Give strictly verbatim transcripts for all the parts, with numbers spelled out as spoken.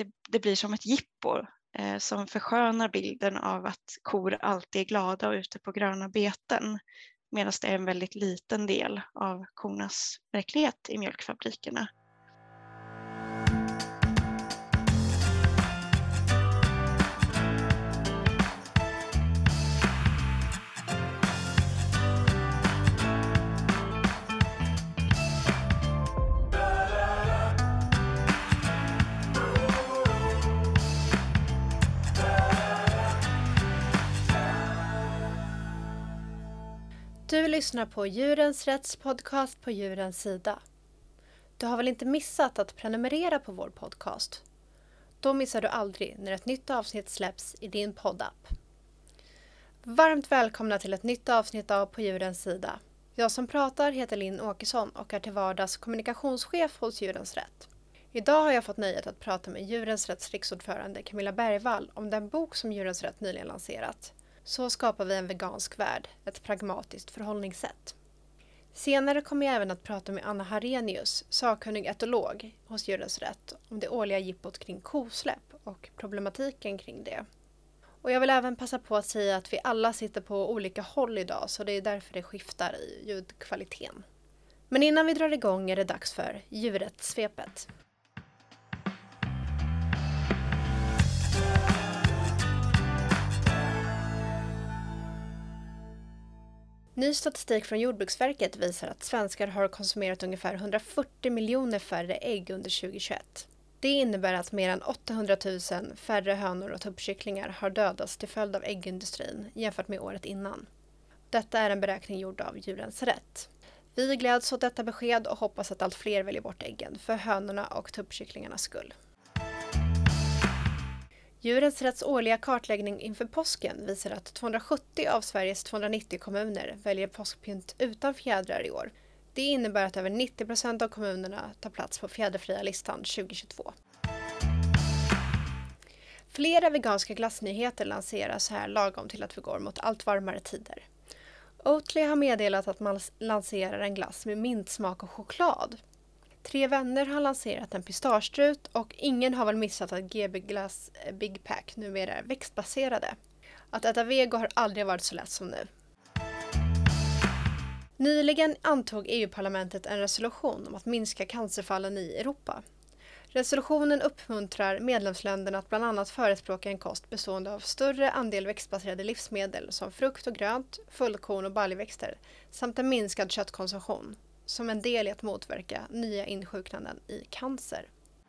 det, det blir som ett jippo eh, som förskönar bilden av att kor alltid är glada och ute på gröna beten. Medan det är en väldigt liten del av kornas verklighet i mjölkfabrikerna. Du lyssnar på Djurens Rätts podcast på Djurens Sida. Du har väl inte missat att prenumerera på vår podcast? Då missar du aldrig när ett nytt avsnitt släpps i din poddapp. Varmt välkomna till ett nytt avsnitt av På Djurens Sida. Jag som pratar heter Linn Åkesson och är till vardags kommunikationschef hos Djurens Rätt. Idag har jag fått nöjet att prata med Djurens Rätts riksordförande Camilla Bergvall om den bok som Djurens Rätt nyligen lanserat. Så skapar vi en vegansk värld, ett pragmatiskt förhållningssätt. Senare kommer jag även att prata med Anna Harenius, sakkunnig etolog hos Djurens Rätt, om det årliga jippot kring kosläpp och problematiken kring det. Och jag vill även passa på att säga att vi alla sitter på olika håll idag, så det är därför det skiftar i ljudkvaliteten. Men innan vi drar igång är det dags för Djurrättssvepet. Ny statistik från Jordbruksverket visar att svenskar har konsumerat ungefär hundrafyrtio miljoner färre ägg under tjugohundratjugoett. Det innebär att mer än åttahundratusen färre hönor och tuppkycklingar har dödats till följd av äggindustrin jämfört med året innan. Detta är en beräkning gjord av Djurens Rätt. Vi gläds åt detta besked och hoppas att allt fler väljer bort äggen för hönorna och tuppkycklingarnas skull. Djurens Rätts årliga kartläggning inför påsken visar att tvåhundrasjuttio av Sveriges tvåhundranittio kommuner väljer påskpynt utan fjädrar i år. Det innebär att över nittio procent av kommunerna tar plats på fjäderfria listan tjugohundratjugotvå. Flera veganska glassnyheter lanseras här lagom till att vi går mot allt varmare tider. Oatly har meddelat att man lanserar en glass med mintsmak och choklad. Tre vänner har lanserat en pistagestrut och ingen har väl missat att G B Glass Big Pack numera är växtbaserade. Att äta vego har aldrig varit så lätt som nu. Nyligen antog E U-parlamentet en resolution om att minska cancerfallen i Europa. Resolutionen uppmuntrar medlemsländerna att bland annat förespråka en kost bestående av större andel växtbaserade livsmedel som frukt och grönt, fullkorn och baljväxter samt en minskad köttkonsumtion, som en del i att motverka nya insjuknanden i cancer.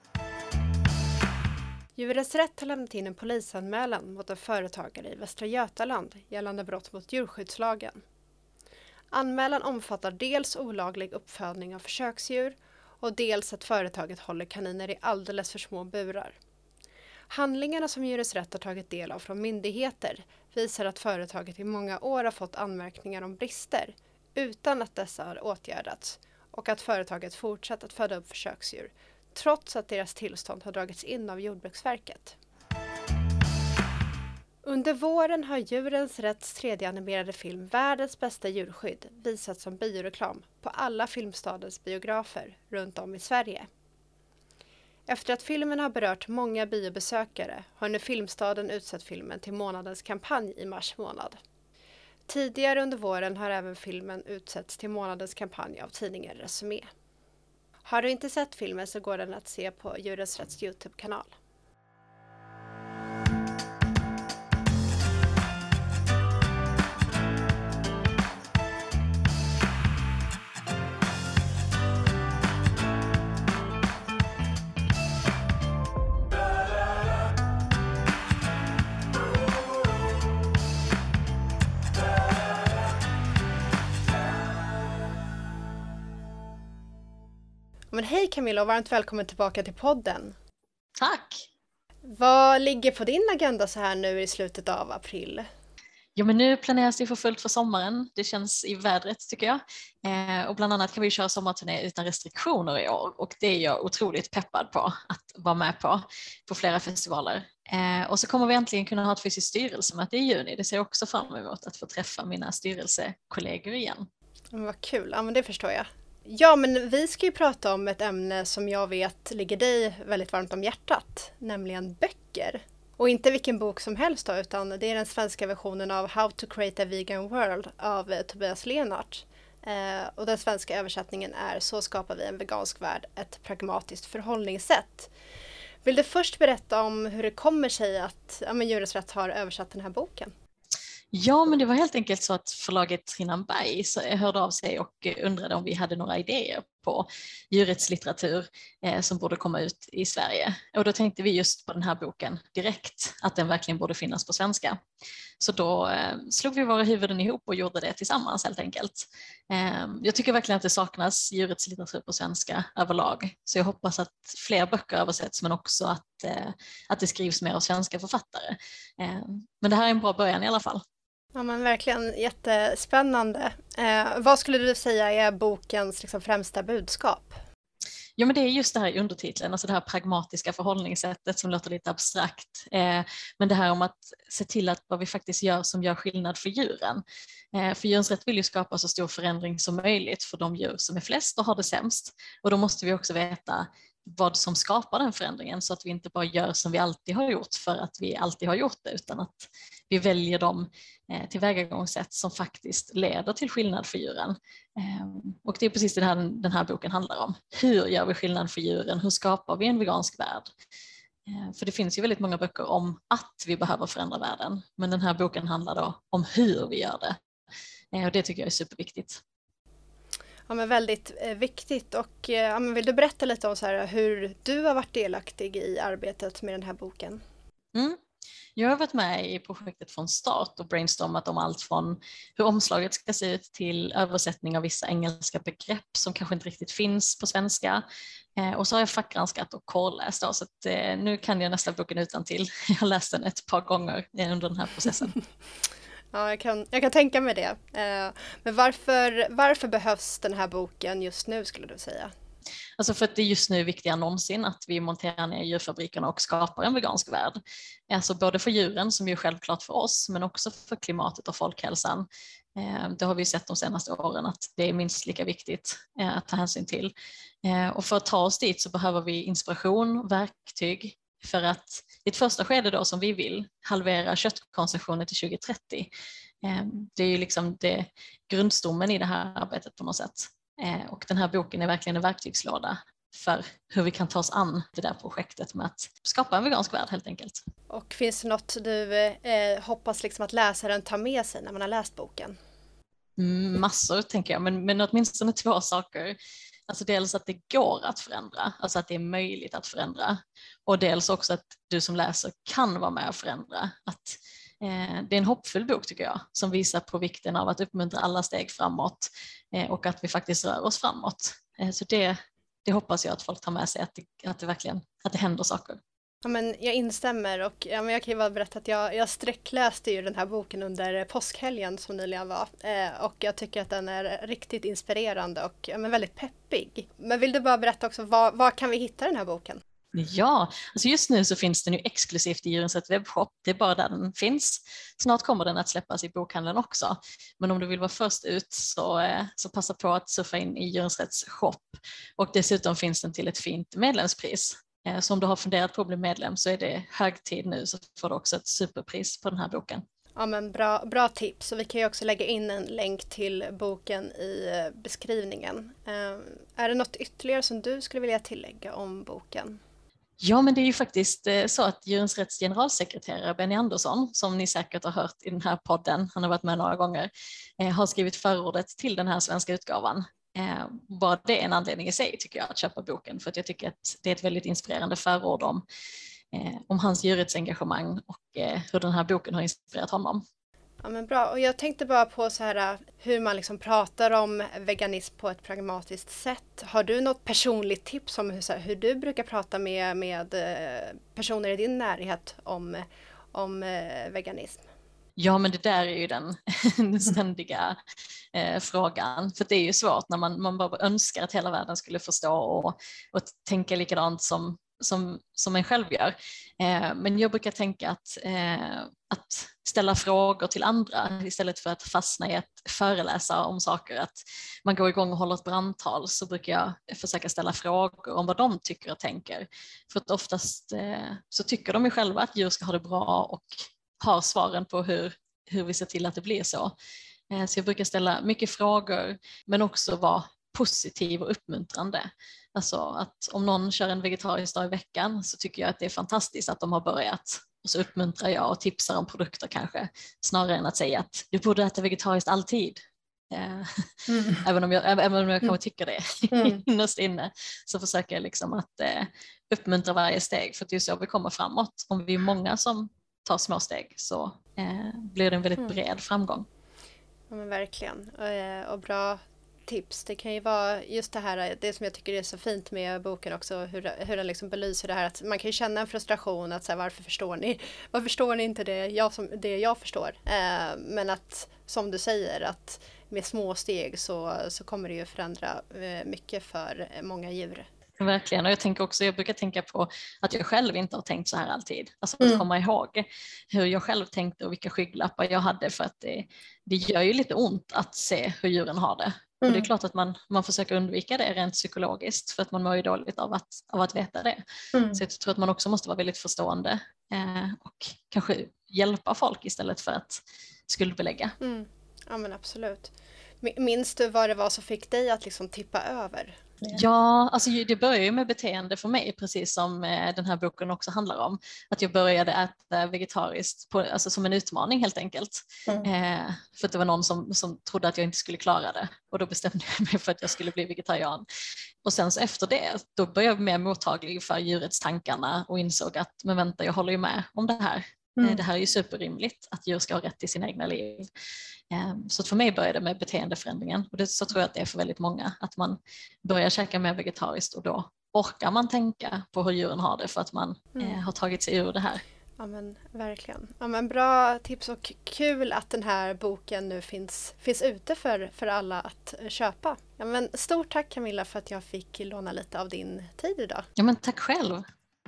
Djurens Rätt har lämnat in en polisanmälan mot en företagare i Västra Götaland gällande brott mot djurskyddslagen. Anmälan omfattar dels olaglig uppfödning av försöksdjur och dels att företaget håller kaniner i alldeles för små burar. Handlingarna som Djurens Rätt har tagit del av från myndigheter visar att företaget i många år har fått anmärkningar om brister utan att dessa har åtgärdats och att företaget fortsatt att föda upp försöksdjur trots att deras tillstånd har dragits in av Jordbruksverket. Under våren har Djurens Rätts tredje animerade film Världens bästa djurskydd visats som bioreklam på alla Filmstadens biografer runt om i Sverige. Efter att filmen har berört många biobesökare har nu Filmstaden utsett filmen till månadens kampanj i mars månad. Tidigare under våren har även filmen utsetts till månadens kampanj av tidningen Resumé. Har du inte sett filmen så går den att se på Djurens Rätts YouTube-kanal. Men hej Camilla och varmt välkommen tillbaka till podden. Tack! Vad ligger på din agenda så här nu i slutet av april? Jo, men nu planeras det för fullt för sommaren. Det känns i vädret tycker jag. Eh, och bland annat kan vi köra sommarturné utan restriktioner i år. Och det är jag otroligt peppad på att vara med på, på flera festivaler. Eh, och så kommer vi äntligen kunna ha ett fysiskt styrelsemöte i juni. Det ser jag också fram emot, att få träffa mina styrelsekollegor igen. Men vad kul, ja men det förstår jag. Ja, men vi ska ju prata om ett ämne som jag vet ligger dig väldigt varmt om hjärtat, nämligen böcker. Och inte vilken bok som helst då, utan det är den svenska versionen av How to create a vegan world av eh, Tobias Lennart. Eh, och den svenska översättningen är Så skapar vi en vegansk värld, ett pragmatiskt förhållningssätt. Vill du först berätta om hur det kommer sig att ja, men Djurens Rätt har översatt den här boken? Ja, men det var helt enkelt så att förlaget Trinnan Berg hörde av sig och undrade om vi hade några idéer på djurrättslitteratur eh, som borde komma ut i Sverige. Och då tänkte vi just på den här boken direkt, att den verkligen borde finnas på svenska. Så då eh, slog vi våra huvuden ihop och gjorde det tillsammans helt enkelt. Eh, jag tycker verkligen att det saknas djurrättslitteratur på svenska överlag. Så jag hoppas att fler böcker översätts, men också att, eh, att det skrivs mer av svenska författare. Eh, men det här är en bra början i alla fall. Ja, men verkligen jättespännande. Eh, vad skulle du säga är bokens liksom, främsta budskap? Ja, men det är just det här i undertiteln, alltså det här pragmatiska förhållningssättet som låter lite abstrakt. Eh, men det här om att se till att vad vi faktiskt gör som gör skillnad för djuren. Eh, för Djurens Rätt vill ju skapa så stor förändring som möjligt för de djur som är flest och har det sämst. Och då måste vi också veta vad som skapar den förändringen, så att vi inte bara gör som vi alltid har gjort för att vi alltid har gjort det, utan att vi väljer de eh, tillvägagångssätt som faktiskt leder till skillnad för djuren. Eh, och det är precis det här den här boken handlar om. Hur gör vi skillnad för djuren? Hur skapar vi en vegansk värld? Eh, för det finns ju väldigt många böcker om att vi behöver förändra världen, men den här boken handlar då om hur vi gör det. Eh, och det tycker jag är superviktigt. Ja, men väldigt eh, viktigt. Och eh, ja, men vill du berätta lite om så här, hur du har varit delaktig i arbetet med den här boken? Mm. Jag har varit med i projektet från start och brainstormat om allt från hur omslaget ska se ut till översättning av vissa engelska begrepp som kanske inte riktigt finns på svenska. Eh, och så har jag fackgranskat och korrläst då, så att, eh, nu kan jag nästa boken utantill. Jag har läst den ett par gånger under den här processen. Ja, jag kan, jag kan tänka mig det. Eh, men varför, varför behövs den här boken just nu, skulle du säga? Alltså för att det just nu är viktigare än någonsin att vi monterar ner djurfabrikerna och skapar en vegansk värld. Alltså både för djuren, som är självklart för oss, men också för klimatet och folkhälsan. Det har vi sett de senaste åren att det är minst lika viktigt att ta hänsyn till. Och för att ta oss dit så behöver vi inspiration, verktyg, för att i ett första skede då, som vi vill, halvera köttkonsumtionen till tjugo trettio. Det är ju liksom det, grundstommen i det här arbetet på något sätt. Och den här boken är verkligen en verktygslåda för hur vi kan ta oss an det där projektet med att skapa en vegansk värld helt enkelt. Och finns det något du eh, hoppas liksom att läsaren tar med sig när man har läst boken? Mm, massor tänker jag, men, men åtminstone två saker. Alltså dels att det går att förändra, alltså att det är möjligt att förändra. Och dels också att du som läser kan vara med och förändra. Att eh, det är en hoppfull bok tycker jag, som visar på vikten av att uppmuntra alla steg framåt eh, och att vi faktiskt rör oss framåt. Eh, så det, det hoppas jag att folk tar med sig, att det, att det verkligen att det händer saker. Ja, men jag instämmer och ja, men jag kan ju bara berätta att jag, jag sträckläste ju den här boken under påskhelgen som nyligen var eh, och jag tycker att den är riktigt inspirerande och ja, men väldigt peppig. Men vill du bara berätta också, var, var kan vi hitta den här boken? Ja, alltså just nu så finns den ju exklusivt i Djurens Rätt webbshop. Det är bara där den finns. Snart kommer den att släppas i bokhandeln också. Men om du vill vara först ut så, så passa på att surfa in i Djurens Rätts shop. Och dessutom finns den till ett fint medlemspris. Så om du har funderat på att bli medlem så är det hög tid nu, så får du också ett superpris på den här boken. Ja, men bra, bra tips. Och vi kan ju också lägga in en länk till boken i beskrivningen. Är det något ytterligare som du skulle vilja tillägga om boken? Ja, men det är ju faktiskt så att Djurens Rätts generalsekreterare Benny Andersson, som ni säkert har hört i den här podden, han har varit med några gånger, har skrivit förordet till den här svenska utgåvan. Eh, bara det är en anledning i sig tycker jag att köpa boken, för att jag tycker att det är ett väldigt inspirerande förord om, eh, om hans djurrättsengagemang och eh, hur den här boken har inspirerat honom. Ja, men bra. Och jag tänkte bara på så här, hur man liksom pratar om veganism på ett pragmatiskt sätt. Har du något personligt tips om hur, så här, hur du brukar prata med, med personer i din närhet om, om veganism? Ja, men det där är ju den, den ständiga eh, frågan. För det är ju svårt när man, man bara önskar att hela världen skulle förstå och, och tänka likadant som, som, som en själv gör. Eh, men jag brukar tänka att, eh, att ställa frågor till andra istället för att fastna i att föreläsa om saker, att man går igång och håller ett brandtal, så brukar jag försöka ställa frågor om vad de tycker och tänker. För att oftast eh, så tycker de ju själva att djur ska ha det bra och har svaren på hur, hur vi ser till att det blir så. Eh, så jag brukar ställa mycket frågor, men också vara positiv och uppmuntrande. Alltså att om någon kör en vegetarisk dag i veckan så tycker jag att det är fantastiskt att de har börjat. Och så uppmuntrar jag och tipsar om produkter kanske, snarare än att säga att du borde äta vegetariskt alltid. Mm. även om jag, även om jag kanske tycker det mm. innerst inne, så försöker jag liksom att eh, uppmuntra varje steg, för att det är så vi kommer framåt. Om vi är många som tar små steg så eh, blir det en väldigt bred framgång. Ja, men verkligen. Och, och bra tips. Det kan ju vara just det här, det som jag tycker är så fint med boken också, hur, hur den liksom belyser det här att man kan ju känna en frustration att så här, varför förstår ni varför förstår ni inte det jag, som, det jag förstår. Eh, men att, som du säger, att med små steg så, så kommer det ju förändra eh, mycket för många djur. Verkligen, och jag tänker också, jag brukar tänka på att jag själv inte har tänkt så här alltid. Alltså att mm. komma ihåg hur jag själv tänkte och vilka skygglappar jag hade, för att det, det gör ju lite ont att se hur djuren har det. Mm. Och det är klart att man, man försöker undvika det rent psykologiskt, för att man mår ju dåligt av att, av att veta det. Mm. Så jag tror att man också måste vara väldigt förstående eh, och kanske hjälpa folk istället för att skuldbelägga. Mm. Ja, men absolut. Minns du vad det var som fick dig att liksom tippa över? Ja, alltså det börjar ju med beteende för mig, precis som eh, den här boken också handlar om. Att jag började äta vegetariskt på, alltså som en utmaning helt enkelt. Mm. Eh, för att det var någon som, som trodde att jag inte skulle klara det. Och då bestämde jag mig för att jag skulle bli vegetarian. Och sen så efter det, då började jag bli mer mottaglig för djurets tankarna och insåg att, men vänta, jag håller ju med om det här. Mm. Det här är ju superrimligt, att djur ska ha rätt till sina egna liv. Så för mig började det med beteendeförändringen, och det så tror jag att det är för väldigt många, att man börjar käka mer vegetariskt och då orkar man tänka på hur djuren har det, för att man mm. eh, har tagit sig ur det här. Ja, men verkligen. Ja, men bra tips, och kul att den här boken nu finns, finns ute för, för alla att köpa. Ja, men stort tack Camilla för att jag fick låna lite av din tid idag. Ja, men tack själv.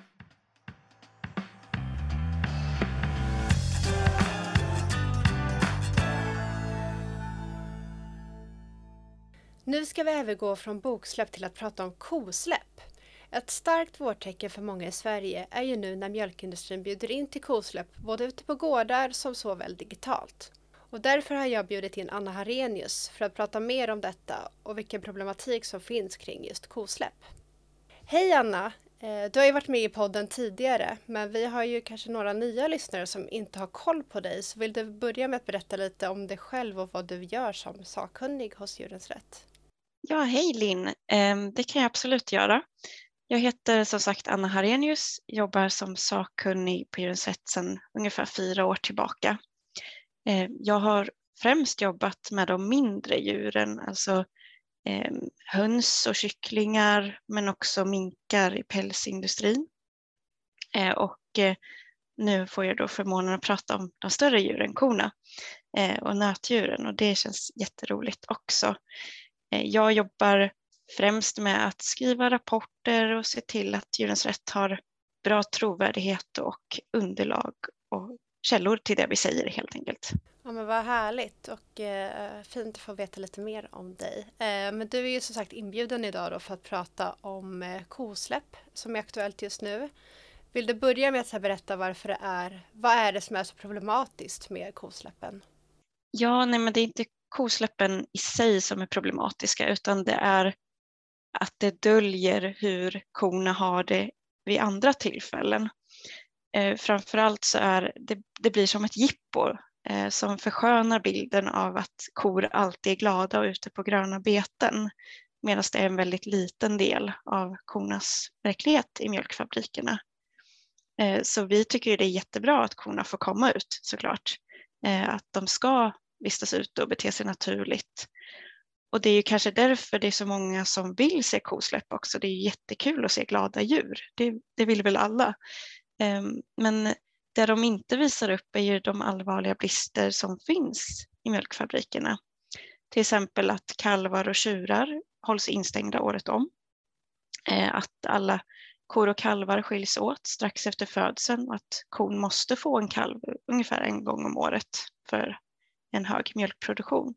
Nu ska vi övergå från boksläpp till att prata om kosläpp. Ett starkt vårtecken för många i Sverige är ju nu när mjölkindustrin bjuder in till kosläpp både ute på gårdar som såväl digitalt. Och därför har jag bjudit in Anna Harenius för att prata mer om detta och vilken problematik som finns kring just kosläpp. Hej Anna! Du har ju varit med i podden tidigare, men vi har ju kanske några nya lyssnare som inte har koll på dig. Så vill du börja med att berätta lite om dig själv och vad du gör som sakkunnig hos Djurens Rätt? Ja, hej Linn. Det kan jag absolut göra. Jag heter som sagt Anna Harenius, jobbar som sakkunnig på Djurens Rätt sedan ungefär fyra år tillbaka. Jag har främst jobbat med de mindre djuren, alltså höns och kycklingar, men också minkar i pälsindustrin. Och nu får jag då förmånen att prata om de större djuren, korna och nötdjuren, och det känns jätteroligt också. Jag jobbar främst med att skriva rapporter och se till att Djurens Rätt har bra trovärdighet och underlag och källor till det vi säger helt enkelt. Ja, men vad härligt, och eh, fint att få veta lite mer om dig. Eh, men du är ju som sagt inbjuden idag då för att prata om eh, kosläpp som är aktuellt just nu. Vill du börja med att så här berätta varför det är, vad är det som är så problematiskt med kosläppen? Ja, nej men det är inte kosläppen i sig som är problematiska, utan det är att det döljer hur korna har det vid andra tillfällen. Eh, framförallt så är det, det blir som ett jippo eh, som förskönar bilden av att kor alltid är glada och ute på gröna beten, medan det är en väldigt liten del av kornas verklighet i mjölkfabrikerna. Eh, så vi tycker det är jättebra att korna får komma ut, såklart. Eh, att de ska vistas ute och bete sig naturligt. Och det är ju kanske därför det är så många som vill se kosläpp också. Det är ju jättekul att se glada djur. Det, det vill väl alla. Men det de inte visar upp är ju de allvarliga brister som finns i mjölkfabrikerna. Till exempel att kalvar och tjurar hålls instängda året om. Att alla kor och kalvar skiljs åt strax efter födseln och att kon måste få en kalv ungefär en gång om året för en hög mjölkproduktion.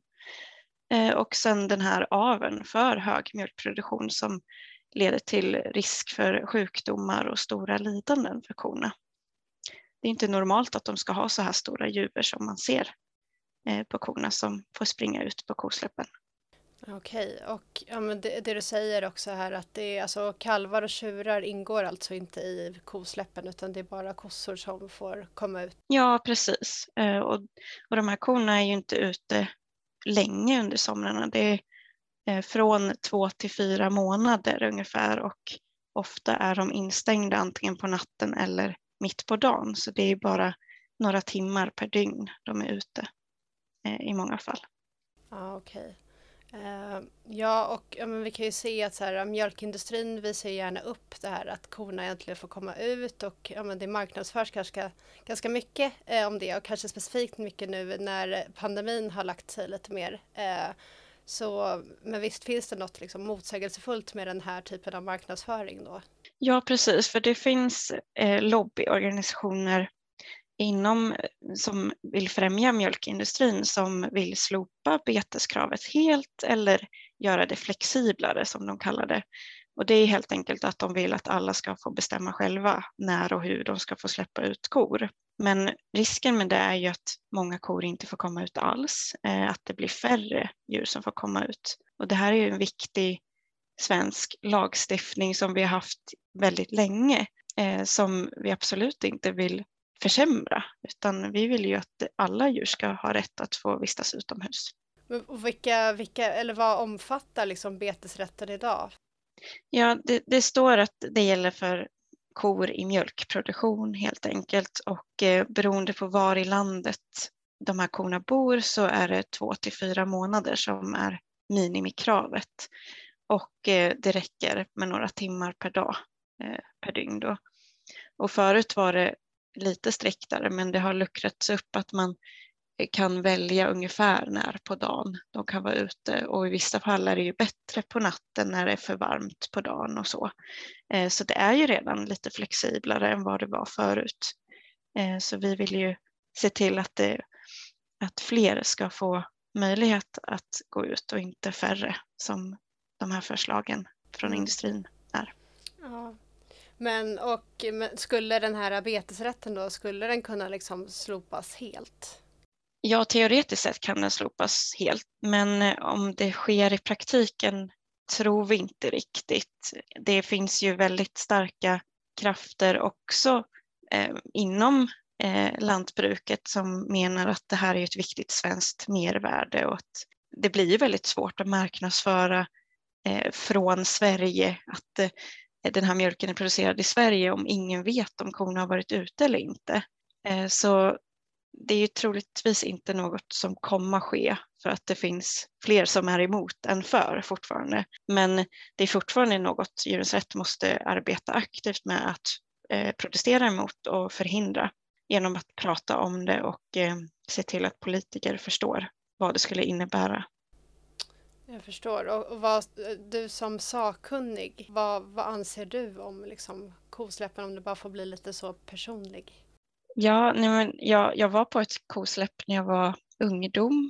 Och sen den här aveln för hög mjölkproduktion som leder till risk för sjukdomar och stora lidanden för korna. Det är inte normalt att de ska ha så här stora juver som man ser på korna som får springa ut på kosläppen. Okej, och ja, men det, det du säger också här att det är, alltså, kalvar och tjurar ingår alltså inte i kosläppen utan det är bara kossor som får komma ut. Ja, precis. Och, och de här korna är ju inte ute länge under somrarna. Det är från två till fyra månader ungefär och ofta är de instängda antingen på natten eller mitt på dagen. Så det är bara några timmar per dygn de är ute i många fall. Ja, okej. Uh, ja, och ja, men vi kan ju se att så här, mjölkindustrin visar gärna upp det här att korna äntligen får komma ut och ja, men det marknadsförs ganska, ganska mycket eh, om det och kanske specifikt mycket nu när pandemin har lagt sig lite mer. Uh, så, men visst finns det något liksom motsägelsefullt med den här typen av marknadsföring då? Ja, precis, för det finns eh, lobbyorganisationer inom som vill främja mjölkindustrin som vill slopa beteskravet helt eller göra det flexiblare som de kallar det. Och det är helt enkelt att de vill att alla ska få bestämma själva när och hur de ska få släppa ut kor. Men risken med det är ju att många kor inte får komma ut alls, att det blir färre djur som får komma ut. Och det här är ju en viktig svensk lagstiftning som vi har haft väldigt länge som vi absolut inte vill försämra, utan vi vill ju att alla djur ska ha rätt att få vistas utomhus. Och vilka, vilka, eller vad omfattar liksom betesrätten idag? Ja, det, det står att det gäller för kor i mjölkproduktion helt enkelt och eh, beroende på var i landet de här korna bor så är det två till fyra månader som är minimikravet och eh, det räcker med några timmar per dag eh, per dygn då. Och förut var det lite striktare men det har luckrats upp att man kan välja ungefär när på dagen de kan vara ute och i vissa fall är det ju bättre på natten när det är för varmt på dagen och så. Så det är ju redan lite flexiblare än vad det var förut. Så vi vill ju se till att, det, att fler ska få möjlighet att gå ut och inte färre som de här förslagen från mm. industrin är. Ja. Men, och, men skulle den här betesrätten då, skulle den kunna liksom slopas helt? Ja, teoretiskt sett kan den slopas helt, men om det sker i praktiken tror vi inte riktigt. Det finns ju väldigt starka krafter också eh, inom eh, lantbruket som menar att det här är ett viktigt svenskt mervärde och att det blir väldigt svårt att marknadsföra eh, från Sverige att eh, den här mjölken är producerad i Sverige om ingen vet om korna har varit ute eller inte. Eh, så det är ju troligtvis inte något som kommer ske för att det finns fler som är emot än för fortfarande. Men det är fortfarande något Djurens Rätt måste arbeta aktivt med att eh, protestera emot och förhindra genom att prata om det och eh, se till att politiker förstår vad det skulle innebära. Jag förstår. Och, och vad, du som sakkunnig, vad, vad anser du om liksom, kosläppen om det bara får bli lite så personlig? Ja, nej men jag, jag var på ett kosläpp när jag var ungdom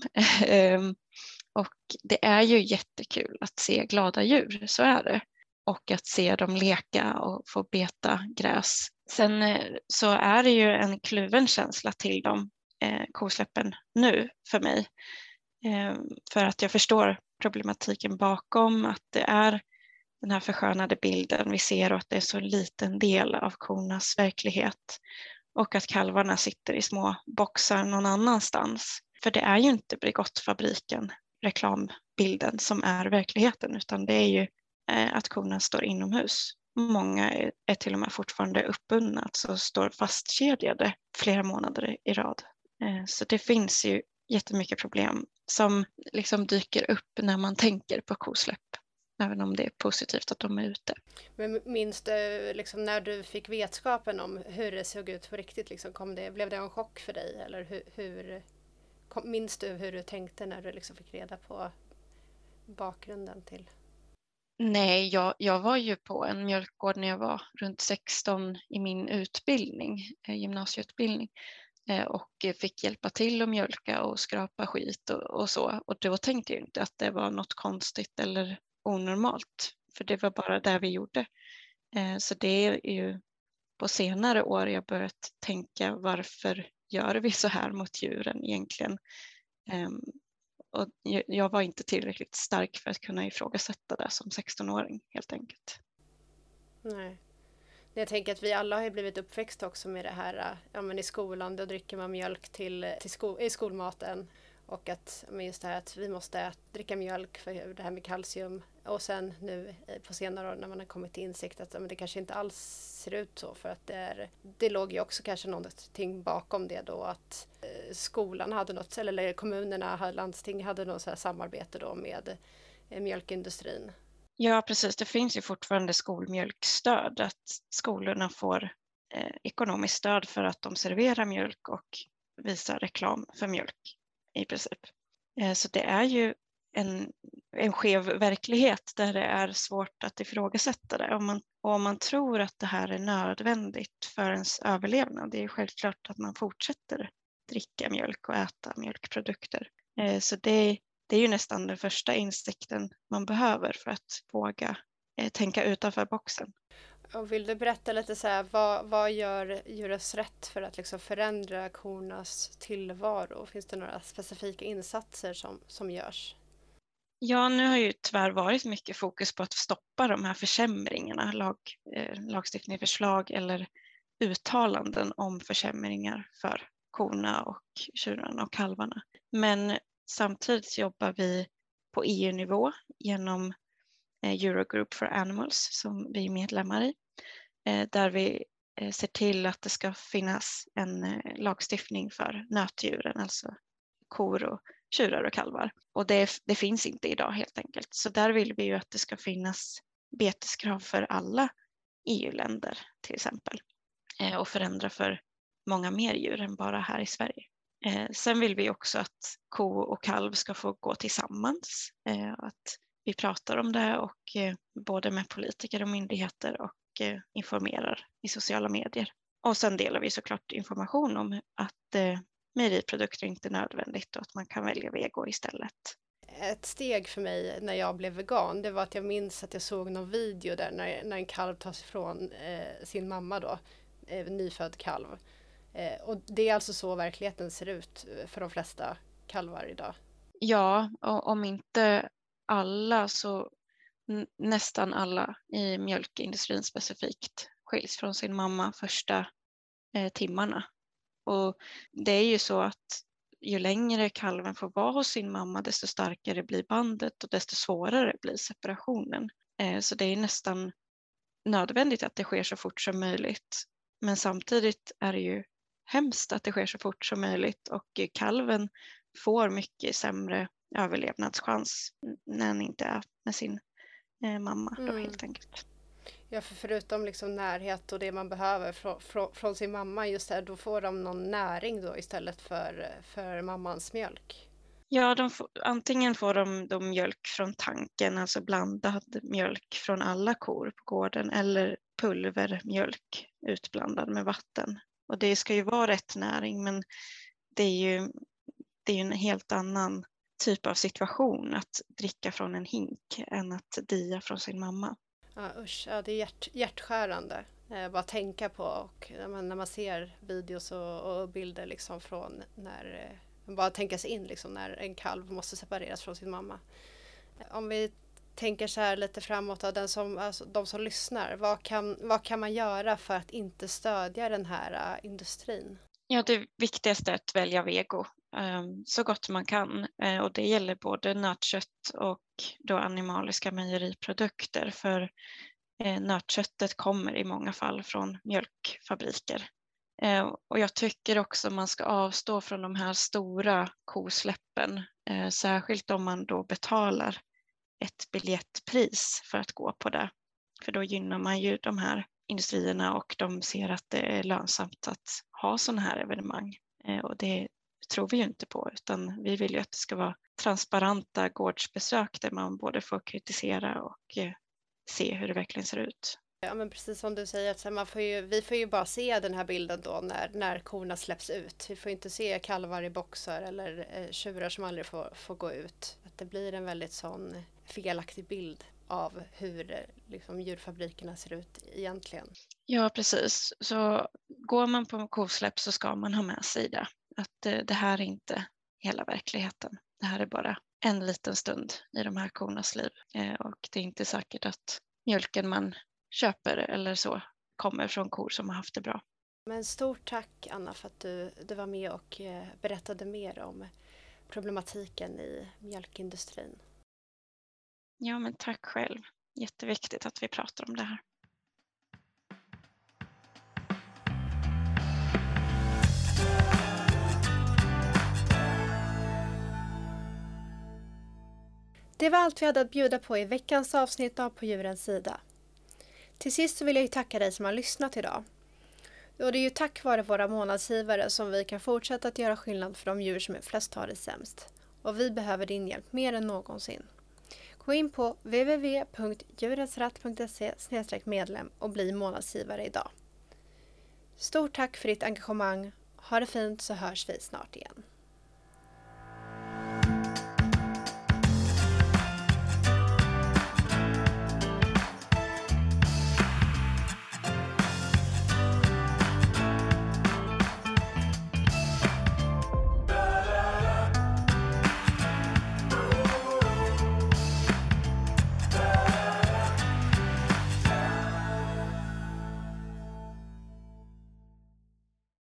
och det är ju jättekul att se glada djur, så är det. Och att se dem leka och få beta gräs. Sen så är det ju en kluven känsla till de eh, kosläppen nu för mig. Eh, för att jag förstår problematiken bakom, att det är den här förskönade bilden vi ser och att det är så liten del av kornas verklighet. Och att kalvarna sitter i små boxar någon annanstans. För det är ju inte Bregottfabriken, reklambilden, som är verkligheten. Utan det är ju att korna står inomhus. Många är till och med fortfarande uppbundna, alltså står fastkedjade flera månader i rad. Så det finns ju jättemycket problem som liksom dyker upp när man tänker på kosläpp. Även om det är positivt att de är ute. Men minns du liksom, när du fick vetskapen om hur det såg ut på riktigt? Liksom, kom det, blev det en chock för dig? Eller hur, hur, kom, minns du hur du tänkte när du liksom fick reda på bakgrunden till? Nej, jag, jag var ju på en mjölkgård när jag var runt sexton i min utbildning, eh, gymnasieutbildning. Eh, och fick hjälpa till att mjölka och skrapa skit och, och så. Och då tänkte jag inte att det var något konstigt eller onormalt. För det var bara det vi gjorde. Eh, så det är ju på senare år jag börjat tänka varför gör vi så här mot djuren egentligen? Eh, och jag var inte tillräckligt stark för att kunna ifrågasätta det som sexton-åring helt enkelt. Nej. Jag tänker att vi alla har ju blivit uppväxta också med det här, ja men i skolan då dricker man mjölk till, till sko, i skolmaten och att men just det här att vi måste äta, dricka mjölk för det här med kalcium och sen nu på senare år när man har kommit till insikt att men det kanske inte alls ser ut så för att det är, det låg ju också kanske någonting bakom det då att eh, skolan hade något, eller kommunerna, landsting hade något så här samarbete då med eh, mjölkindustrin. Ja, precis. Det finns ju fortfarande skolmjölkstöd, att skolorna får eh, ekonomiskt stöd för att de serverar mjölk och visar reklam för mjölk i princip. Eh, så det är ju en, en skev verklighet där det är svårt att ifrågasätta det. Om man, och om man tror att det här är nödvändigt för ens överlevnad, det är ju självklart att man fortsätter dricka mjölk och äta mjölkprodukter. Eh, så det Det är ju nästan den första insikten man behöver för att våga eh, tänka utanför boxen. Och vill du berätta lite så här, vad, vad gör Djurens Rätt för att liksom förändra kornas tillvaro? Finns det några specifika insatser som, som görs? Ja, nu har ju tyvärr varit mycket fokus på att stoppa de här försämringarna, lag, eh, lagstiftningsförslag eller uttalanden om försämringar för korna och tjurarna och kalvarna. Men samtidigt jobbar vi på E U-nivå genom Eurogroup for Animals som vi är medlemmar i. Där vi ser till att det ska finnas en lagstiftning för nötdjuren, alltså kor och tjurar och kalvar. Och det, det finns inte idag helt enkelt. Så där vill vi ju att det ska finnas beteskrav för alla E U-länder till exempel. Och förändra för många mer djur än bara här i Sverige. Eh, sen vill vi också att ko och kalv ska få gå tillsammans, eh, att vi pratar om det och eh, både med politiker och myndigheter och eh, informerar i sociala medier. Och sen delar vi såklart information om att eh, mejeriprodukter inte är nödvändigt och att man kan välja vego istället. Ett steg för mig när jag blev vegan, det var att jag minns att jag såg någon video där när, när en kalv tas ifrån eh, sin mamma då, eh, nyfödd kalv. Eh, och det är alltså så verkligheten ser ut för de flesta kalvar idag. Ja, och om inte alla så n- nästan alla i mjölkindustrin specifikt skiljs från sin mamma första eh, timmarna. Och det är ju så att ju längre kalven får vara hos sin mamma desto starkare blir bandet och desto svårare blir separationen. Eh, så det är nästan nödvändigt att det sker så fort som möjligt. Men samtidigt är det ju hemskt att det sker så fort som möjligt och kalven får mycket sämre överlevnadschans när den inte är med sin eh, mamma då, Mm. helt enkelt. Ja, för förutom liksom närhet och det man behöver från, från, från sin mamma just här, då får de någon näring då istället för, för mammans mjölk. Ja, de får, antingen får de, de mjölk från tanken, alltså blandad mjölk från alla kor på gården, eller pulvermjölk utblandad med vatten. Och det ska ju vara rätt näring, men det är ju, det är ju en helt annan typ av situation att dricka från en hink än att dia från sin mamma. Ja, usch, ja, det är hjärt, hjärtskärande. Eh, bara tänka på och när man, när man ser videos och, och bilder liksom från när eh, bara tänka sig in liksom när en kalv måste separeras från sin mamma. Om vi tänker så här lite framåt då, den som, alltså, de som lyssnar, vad kan, vad kan man göra för att inte stödja den här uh, industrin? Ja, det viktigaste är att välja vego um, så gott man kan uh, och det gäller både nötkött och då animaliska mejeriprodukter, för uh, nötköttet kommer i många fall från mjölkfabriker. Uh, och jag tycker också man ska avstå från de här stora kosläppen, uh, särskilt om man då betalar ett biljettpris för att gå på det, för då gynnar man ju de här industrierna och de ser att det är lönsamt att ha sådana här evenemang. Eh, och det tror vi ju inte på, utan vi vill ju att det ska vara transparenta gårdsbesök där man både får kritisera och eh, se hur det verkligen ser ut. Ja, men precis som du säger, att så här, man får ju, vi får ju bara se den här bilden då när, när korna släpps ut. Vi får inte se kalvar i boxar eller eh, tjurar som aldrig får, får gå ut. Att det blir en väldigt sån felaktig bild av hur eh, liksom, djurfabrikerna ser ut egentligen. Ja, precis. Så går man på kosläpp så ska man ha med sig det. Att eh, det här är inte hela verkligheten. Det här är bara en liten stund i de här kornas liv. Eh, och det är inte säkert att mjölken man köper eller så kommer från kor som har haft det bra. Men stort tack Anna för att du, du var med och eh, berättade mer om problematiken i mjölkindustrin. Ja, men tack själv. Jätteviktigt att vi pratar om det här. Det var allt vi hade att bjuda på i veckans avsnitt av På djurens sida. Till sist så vill jag ju tacka dig som har lyssnat idag. Och det är ju tack vare våra månadsgivare som vi kan fortsätta att göra skillnad för de djur som är flest har det sämst. Och vi behöver din hjälp mer än någonsin. Gå in på w w w punkt djurensrätt punkt se slash medlem och bli månadsgivare idag. Stort tack för ditt engagemang. Ha det fint så hörs vi snart igen.